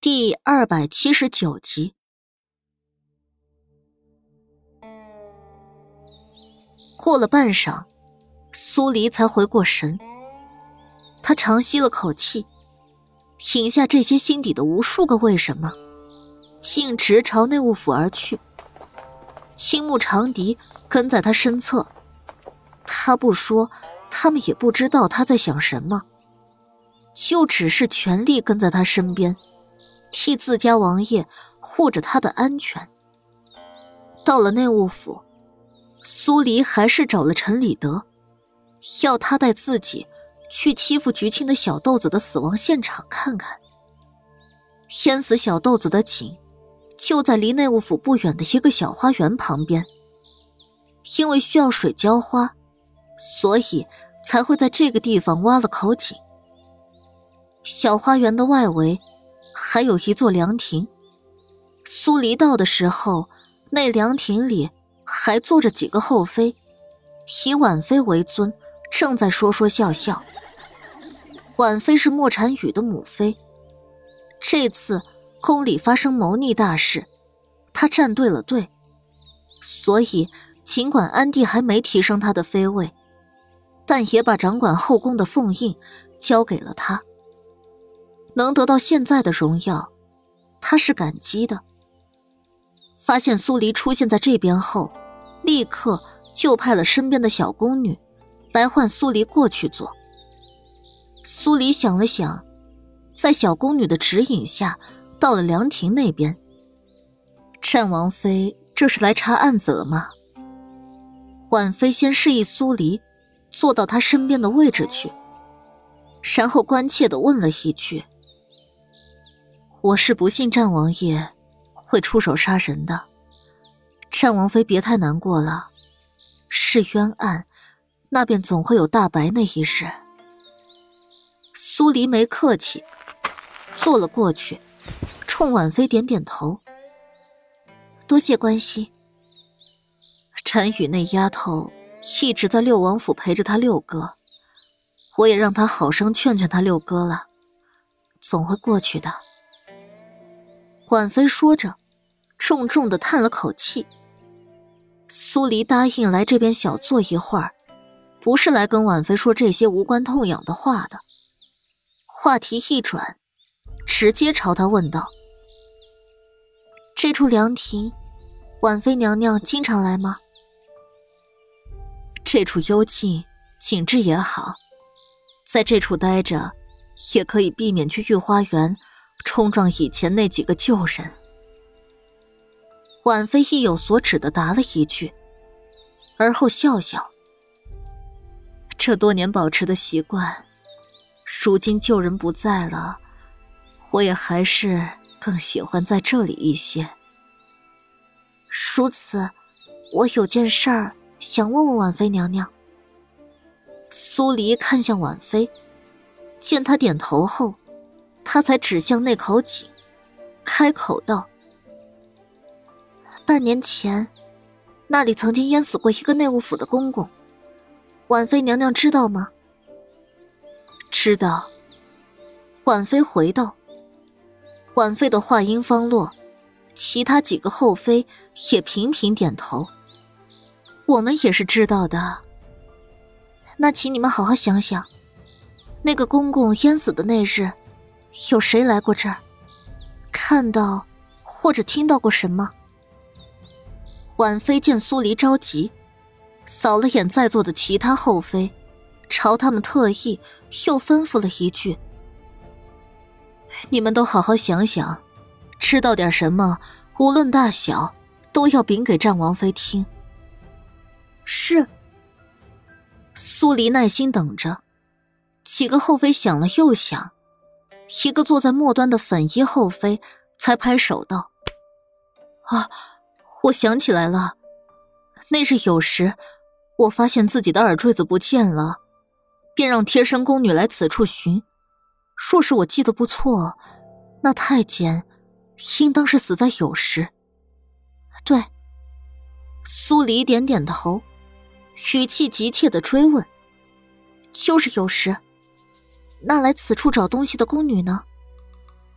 第279集。过了半晌，苏黎才回过神。他长吸了口气，饮下这些心底的无数个为什么，径直朝内务府而去。青木长笛跟在他身侧，他不说，他们也不知道他在想什么，就只是全力跟在他身边，替自家王爷护着他的安全。到了内务府，苏黎还是找了陈礼德，要他带自己去欺负菊青的小豆子的死亡现场看看。淹死小豆子的井就在离内务府不远的一个小花园旁边，因为需要水浇花，所以才会在这个地方挖了口井。小花园的外围还有一座凉亭，苏黎到的时候，那凉亭里还坐着几个后妃，以婉妃为尊，正在说说笑笑。婉妃是莫禅羽的母妃，这次宫里发生谋逆大事，她站对了队，所以尽管安帝还没提升她的妃位，但也把掌管后宫的凤印交给了她。能得到现在的荣耀，她是感激的。发现苏黎出现在这边后，立刻就派了身边的小宫女来唤苏黎过去做。苏黎想了想，在小宫女的指引下到了凉亭那边。战王妃这是来查案子了吗？婉妃先示意苏黎坐到她身边的位置去，然后关切地问了一句：我是不信战王爷会出手杀人的，战王妃别太难过了，是冤案，那便总会有大白那一日。苏黎没客气，坐了过去，冲婉妃点点头。多谢关心。禅羽那丫头一直在六王府陪着他六哥，我也让他好生劝劝他六哥了，总会过去的。婉妃说着，重重地叹了口气。苏黎答应来这边小坐一会儿，不是来跟婉妃说这些无关痛痒的话的。话题一转，直接朝他问道：这处凉亭，婉妃娘娘经常来吗？这处幽静，景致也好，在这处待着，也可以避免去御花园冲撞以前那几个旧人。婉妃意有所指地答了一句，而后笑笑。这多年保持的习惯，如今旧人不在了，我也还是更喜欢在这里一些。如此，我有件事儿想问问婉妃娘娘。苏黎看向婉妃，见她点头后，他才指向那口井，开口道：半年前，那里曾经淹死过一个内务府的公公，婉妃娘娘知道吗？知道。婉妃回道。婉妃的话音方落，其他几个后妃也频频点头。我们也是知道的。那请你们好好想想，那个公公淹死的那日，有谁来过这儿？看到或者听到过什么？婉妃见苏黎着急，扫了眼在座的其他后妃，朝他们特意又吩咐了一句：你们都好好想想，知道点什么，无论大小，都要禀给战王妃听。是。苏黎耐心等着，几个后妃想了又想，一个坐在末端的粉衣后妃才拍手道：啊，我想起来了，那日有时我发现自己的耳坠子不见了，便让贴身宫女来此处寻。若是我记得不错，那太监应当是死在酉时。对。苏黎点点头，语气急切地追问：就是酉时，那来此处找东西的宫女呢？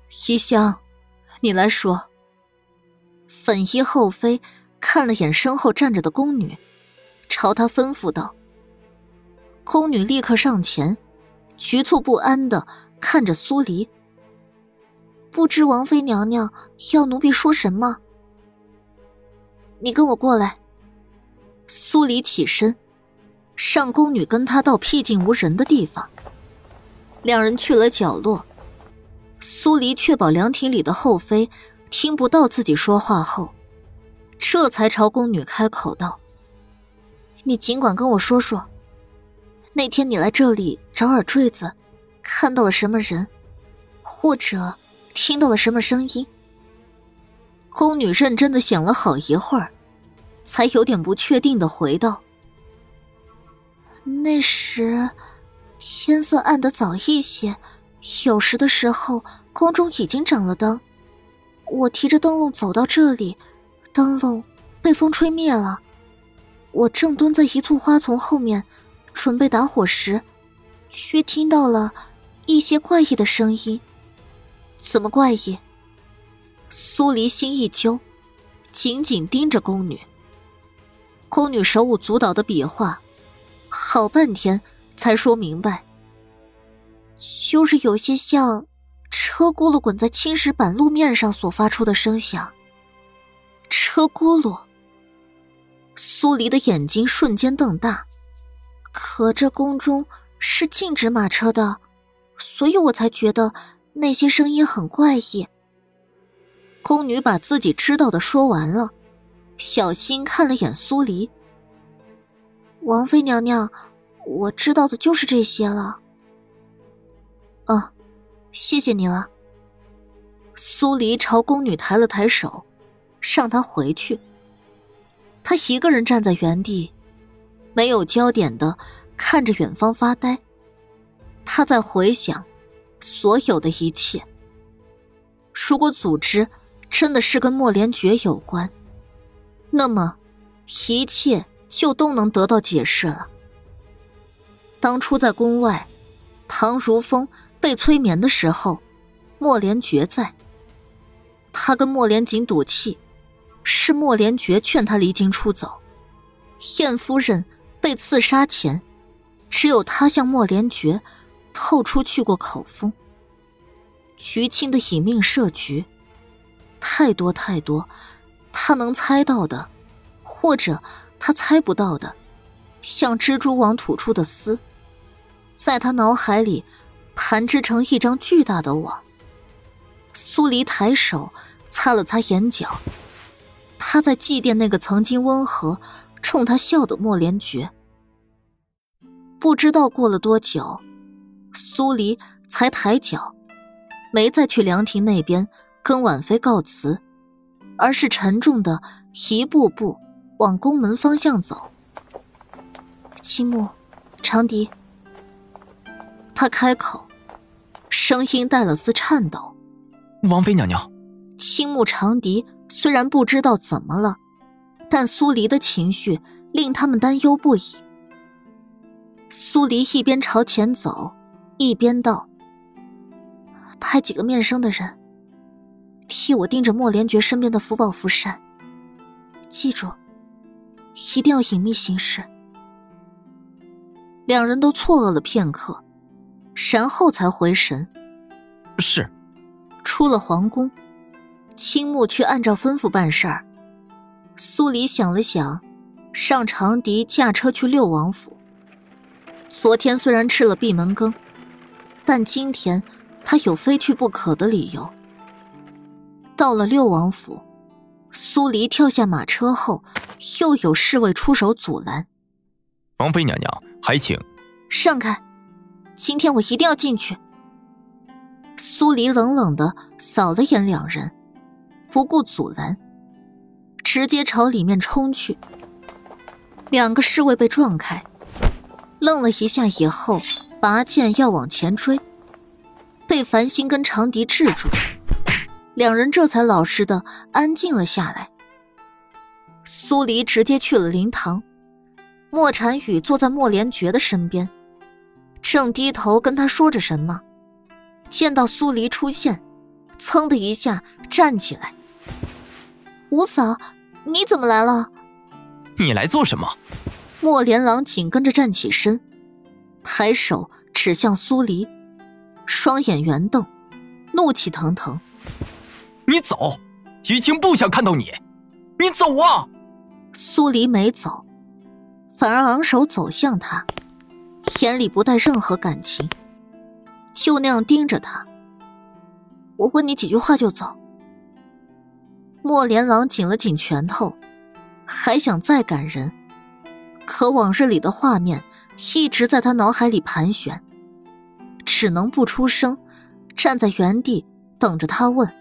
宜香，你来说。粉衣后妃看了眼身后站着的宫女，朝她吩咐道。宫女立刻上前，局促不安地看着苏黎。不知王妃娘娘要奴婢说什么？你跟我过来。苏黎起身，让宫女跟她到僻静无人的地方。两人去了角落，苏黎确保凉亭里的后妃听不到自己说话后，这才朝宫女开口道：你尽管跟我说说，那天你来这里找耳坠子，看到了什么人，或者听到了什么声音？宫女认真地想了好一会儿，才有点不确定地回道：那时天色暗得早一些，有时的时候宫中已经长了灯，我提着灯笼走到这里，灯笼被风吹灭了。我正蹲在一簇花丛后面准备打火时，却听到了一些怪异的声音。怎么怪异？苏黎心一揪，紧紧盯着宫女。宫女手舞足蹈的比划，好半天才说明白，就是有些像车轱辘滚在青石板路面上所发出的声响。车轱辘。苏黎的眼睛瞬间瞪大，可这宫中是禁止马车的，所以我才觉得那些声音很怪异。宫女把自己知道的说完了，小心看了眼苏黎。王妃娘娘，我知道的就是这些了。谢谢你了。苏黎朝宫女抬了抬手，让她回去。她一个人站在原地，没有焦点的看着远方发呆。她在回想所有的一切。如果组织真的是跟莫连觉有关，那么一切就都能得到解释了。当初在宫外，唐如风被催眠的时候，莫连觉在。他跟莫连锦赌气，是莫连觉劝他离京出走。燕夫人被刺杀前，只有他向莫连觉透出去过口风。菊清的以命设局，太多太多他能猜到的，或者他猜不到的，像蜘蛛网吐出的丝，在他脑海里盘织成一张巨大的网。苏黎抬手擦了擦眼角，他在祭奠那个曾经温和冲他笑的莫连觉。不知道过了多久，苏黎才抬脚，没再去凉亭那边跟婉妃告辞，而是沉重的一步步往宫门方向走。青木，长笛。他开口，声音带了丝颤抖。 王妃娘娘。 青木长笛虽然不知道怎么了，但苏黎的情绪令他们担忧不已。苏黎一边朝前走，一边道：派几个面生的人替我盯着莫连觉身边的福宝福山，记住一定要隐秘行事。两人都错愕了片刻，然后才回神。 是。 出了皇宫，青木去按照吩咐办事儿。苏黎想了想，让长笛驾车去六王府。昨天虽然吃了闭门羹，但今天他有非去不可的理由。到了六王府，苏黎跳下马车后，又有侍卫出手阻拦。 王妃娘娘，还请让开，今天我一定要进去。苏黎冷冷地扫了眼两人，不顾阻拦，直接朝里面冲去。两个侍卫被撞开，愣了一下以后，拔剑要往前追，被繁星跟长笛制住。两人这才老实的安静了下来。苏黎直接去了灵堂，莫禅羽坐在莫连觉的身边，正低头跟他说着什么。见到苏黎出现， 噌的一下站起来。五嫂，你怎么来了？ 你来做什么？ 莫连郎紧跟着站起身，抬手指向苏黎，双眼圆瞪，怒气腾腾。 你走，菊青不想看到你，你走啊！ 苏黎没走，反而昂首走向他，眼里不带任何感情，就那样盯着他。我问你几句话就走。莫连郎紧了紧拳头，还想再赶人，可往日里的画面一直在他脑海里盘旋，只能不出声，站在原地等着他问。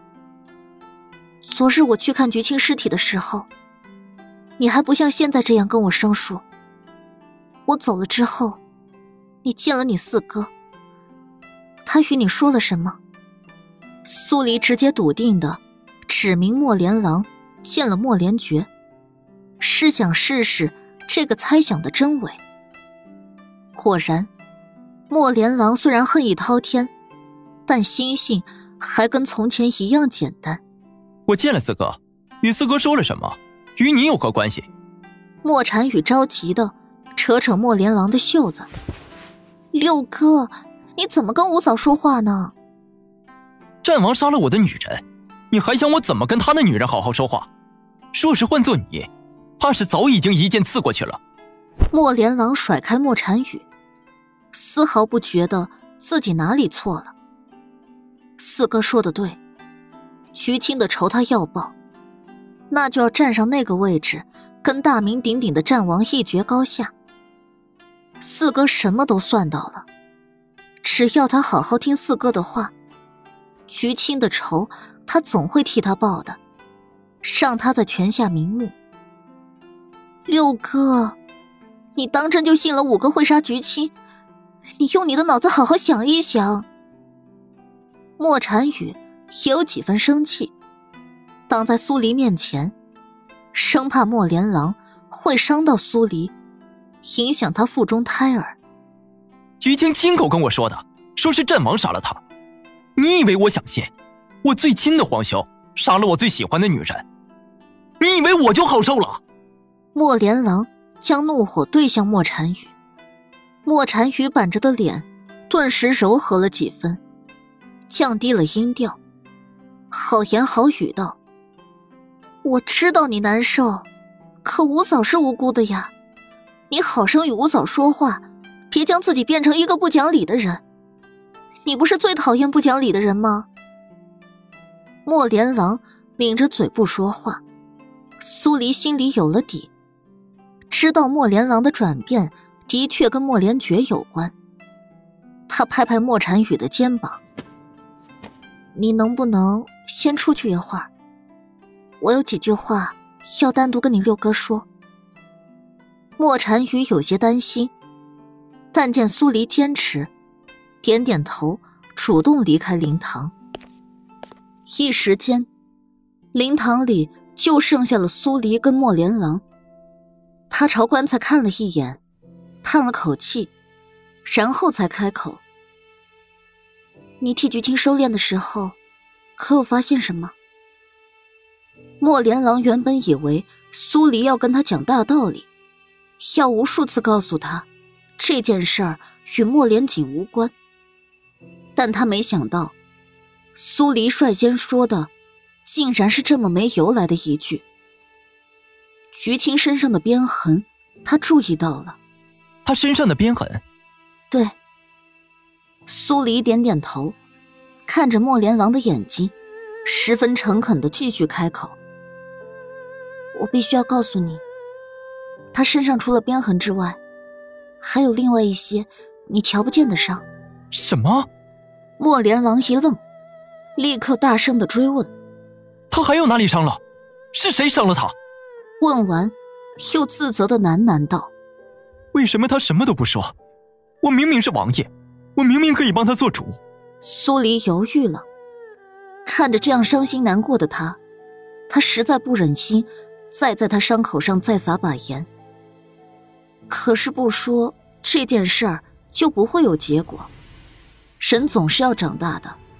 昨日我去看菊青尸体的时候，你还不像现在这样跟我申诉。我走了之后，你见了你四哥，他与你说了什么？苏黎直接笃定地指明莫连郎见了莫连觉，是想试试这个猜想的真伪。果然，莫连郎虽然恨意滔天，但心性还跟从前一样简单。 我见了四哥，与四哥说了什么？与你有何关系？ 莫禅语着急地扯扯莫连郎的袖子。六哥，你怎么跟五嫂说话呢？ 战王杀了我的女人，你还想我怎么跟他的女人好好说话？若是换做你，怕是早已经一剑刺过去了。 莫连郎甩开莫禅语，丝毫不觉得自己哪里错了。四哥说的对，菊青的仇他要报，那就要站上那个位置，跟大名鼎鼎的战王一决高下。四哥什么都算到了，只要他好好听四哥的话，菊青的仇他总会替他报的，让他在泉下瞑目。六哥，你当真就信了五哥会杀菊青？你用你的脑子好好想一想。莫禅语也有几分生气，挡在苏黎面前，生怕莫连郎会伤到苏黎，影响他腹中胎儿。 菊青亲口跟我说的，说是战王杀了他。你以为我想信？我最亲的皇兄杀了我最喜欢的女人，你以为我就好受了？ 莫连郎将怒火对向莫禅语，莫禅语板着的脸顿时柔和了几分，降低了音调，好言好语道：我知道你难受，可五嫂是无辜的呀，你好生与五嫂说话，别将自己变成一个不讲理的人。你不是最讨厌不讲理的人吗？莫连郎抿着嘴不说话，苏黎心里有了底，知道莫连郎的转变的确跟莫连觉有关。他拍拍莫禅语的肩膀：你能不能先出去一会儿？我有几句话要单独跟你六哥说。莫禅语有些担心，但见苏黎坚持，点点头，主动离开灵堂。一时间，灵堂里就剩下了苏黎跟莫连郎。他朝棺材看了一眼，叹了口气，然后才开口：你替菊青收敛的时候，可有发现什么？莫连郎原本以为苏黎要跟他讲大道理，要无数次告诉他这件事儿与莫连锦无关，但他没想到苏黎率先说的竟然是这么没由来的一句。菊青身上的鞭痕他注意到了。 他身上的鞭痕？ 对。苏黎点点头，看着莫连郎的眼睛，十分诚恳地继续开口：我必须要告诉你，他身上除了鞭痕之外，还有另外一些你瞧不见的伤。 什么？ 莫连郎一愣，立刻大声地追问： 他还有哪里伤了？是谁伤了他？ 问完又自责地喃喃道： 为什么他什么都不说？我明明是王爷，我明明可以帮他做主。 苏黎犹豫了，看着这样伤心难过的他，他实在不忍心再在他伤口上再撒把盐。可是不说这件事儿就不会有结果，人总是要长大的，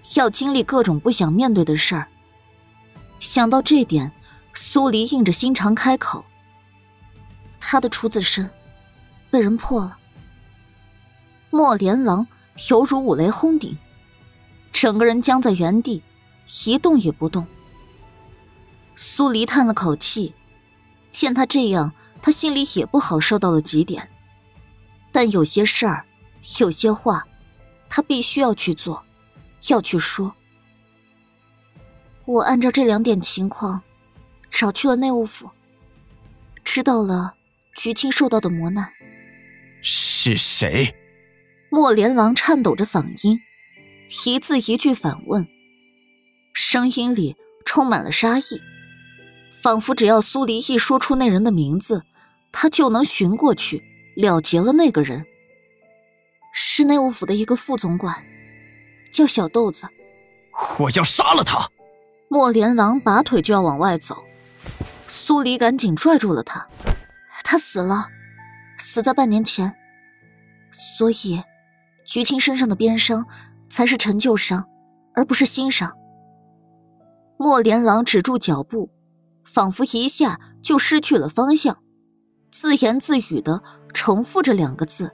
要经历各种不想面对的事儿。想到这点，苏黎硬着心肠开口：“他的处子身被人破了。”莫连郎犹如五雷轰顶，整个人僵在原地，一动也不动。苏黎叹了口气，见他这样，他心里也不好受到了极点。但有些事儿，有些话，他必须要去做，要去说。我按照这2点情况，找去了内务府，知道了菊青受到的磨难。 是谁？ 莫连郎颤抖着嗓音，一字一句反问，声音里充满了杀意，仿佛只要苏黎一说出那人的名字，他就能寻过去了结了那个人。是内务府的一个副总管，叫小豆子。 我要杀了他！ 莫连郎拔腿就要往外走，苏黎赶紧拽住了他。他死了，死在半年前，所以菊青身上的鞭伤才是陈旧伤，而不是新伤。莫连郎止住脚步，仿佛一下就失去了方向，自言自语地重复着2个字：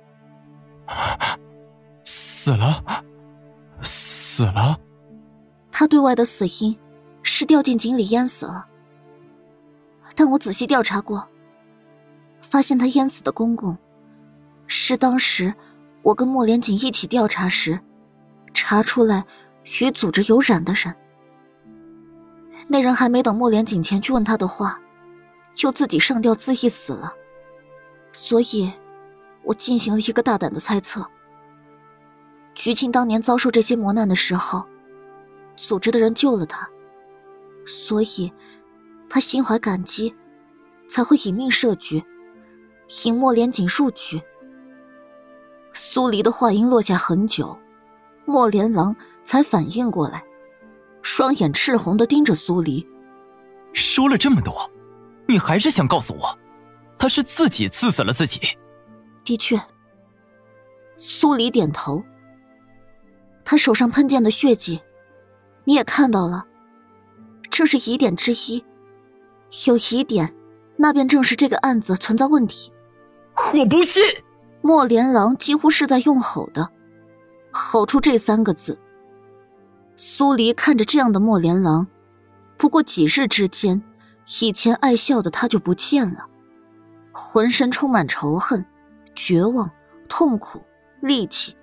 死了，死了。 他对外的死因是掉进井里淹死了，但我仔细调查过，发现他淹死的公公是当时我跟莫连锦一起调查时查出来与组织有染的人。那人还没等莫连锦前去问他的话，就自己上吊自缢死了。所以我进行了一个大胆的猜测，菊青当年遭受这些磨难的时候，组织的人救了他，所以他心怀感激，才会以命设局，引莫连锦入局。苏黎的话音落下很久，莫连郎才反应过来，双眼赤红地盯着苏黎。 说了这么多，你还是想告诉我，他是自己刺死了自己？ 的确。苏黎点头。他手上喷溅的血迹你也看到了，这是疑点之一，有疑点，那便正是这个案子存在问题。 我不信！ 莫连郎几乎是在用吼的，吼出这3个字。苏黎看着这样的莫连郎，不过几日之间，以前爱笑的他就不见了，浑身充满仇恨、绝望、痛苦、戾气。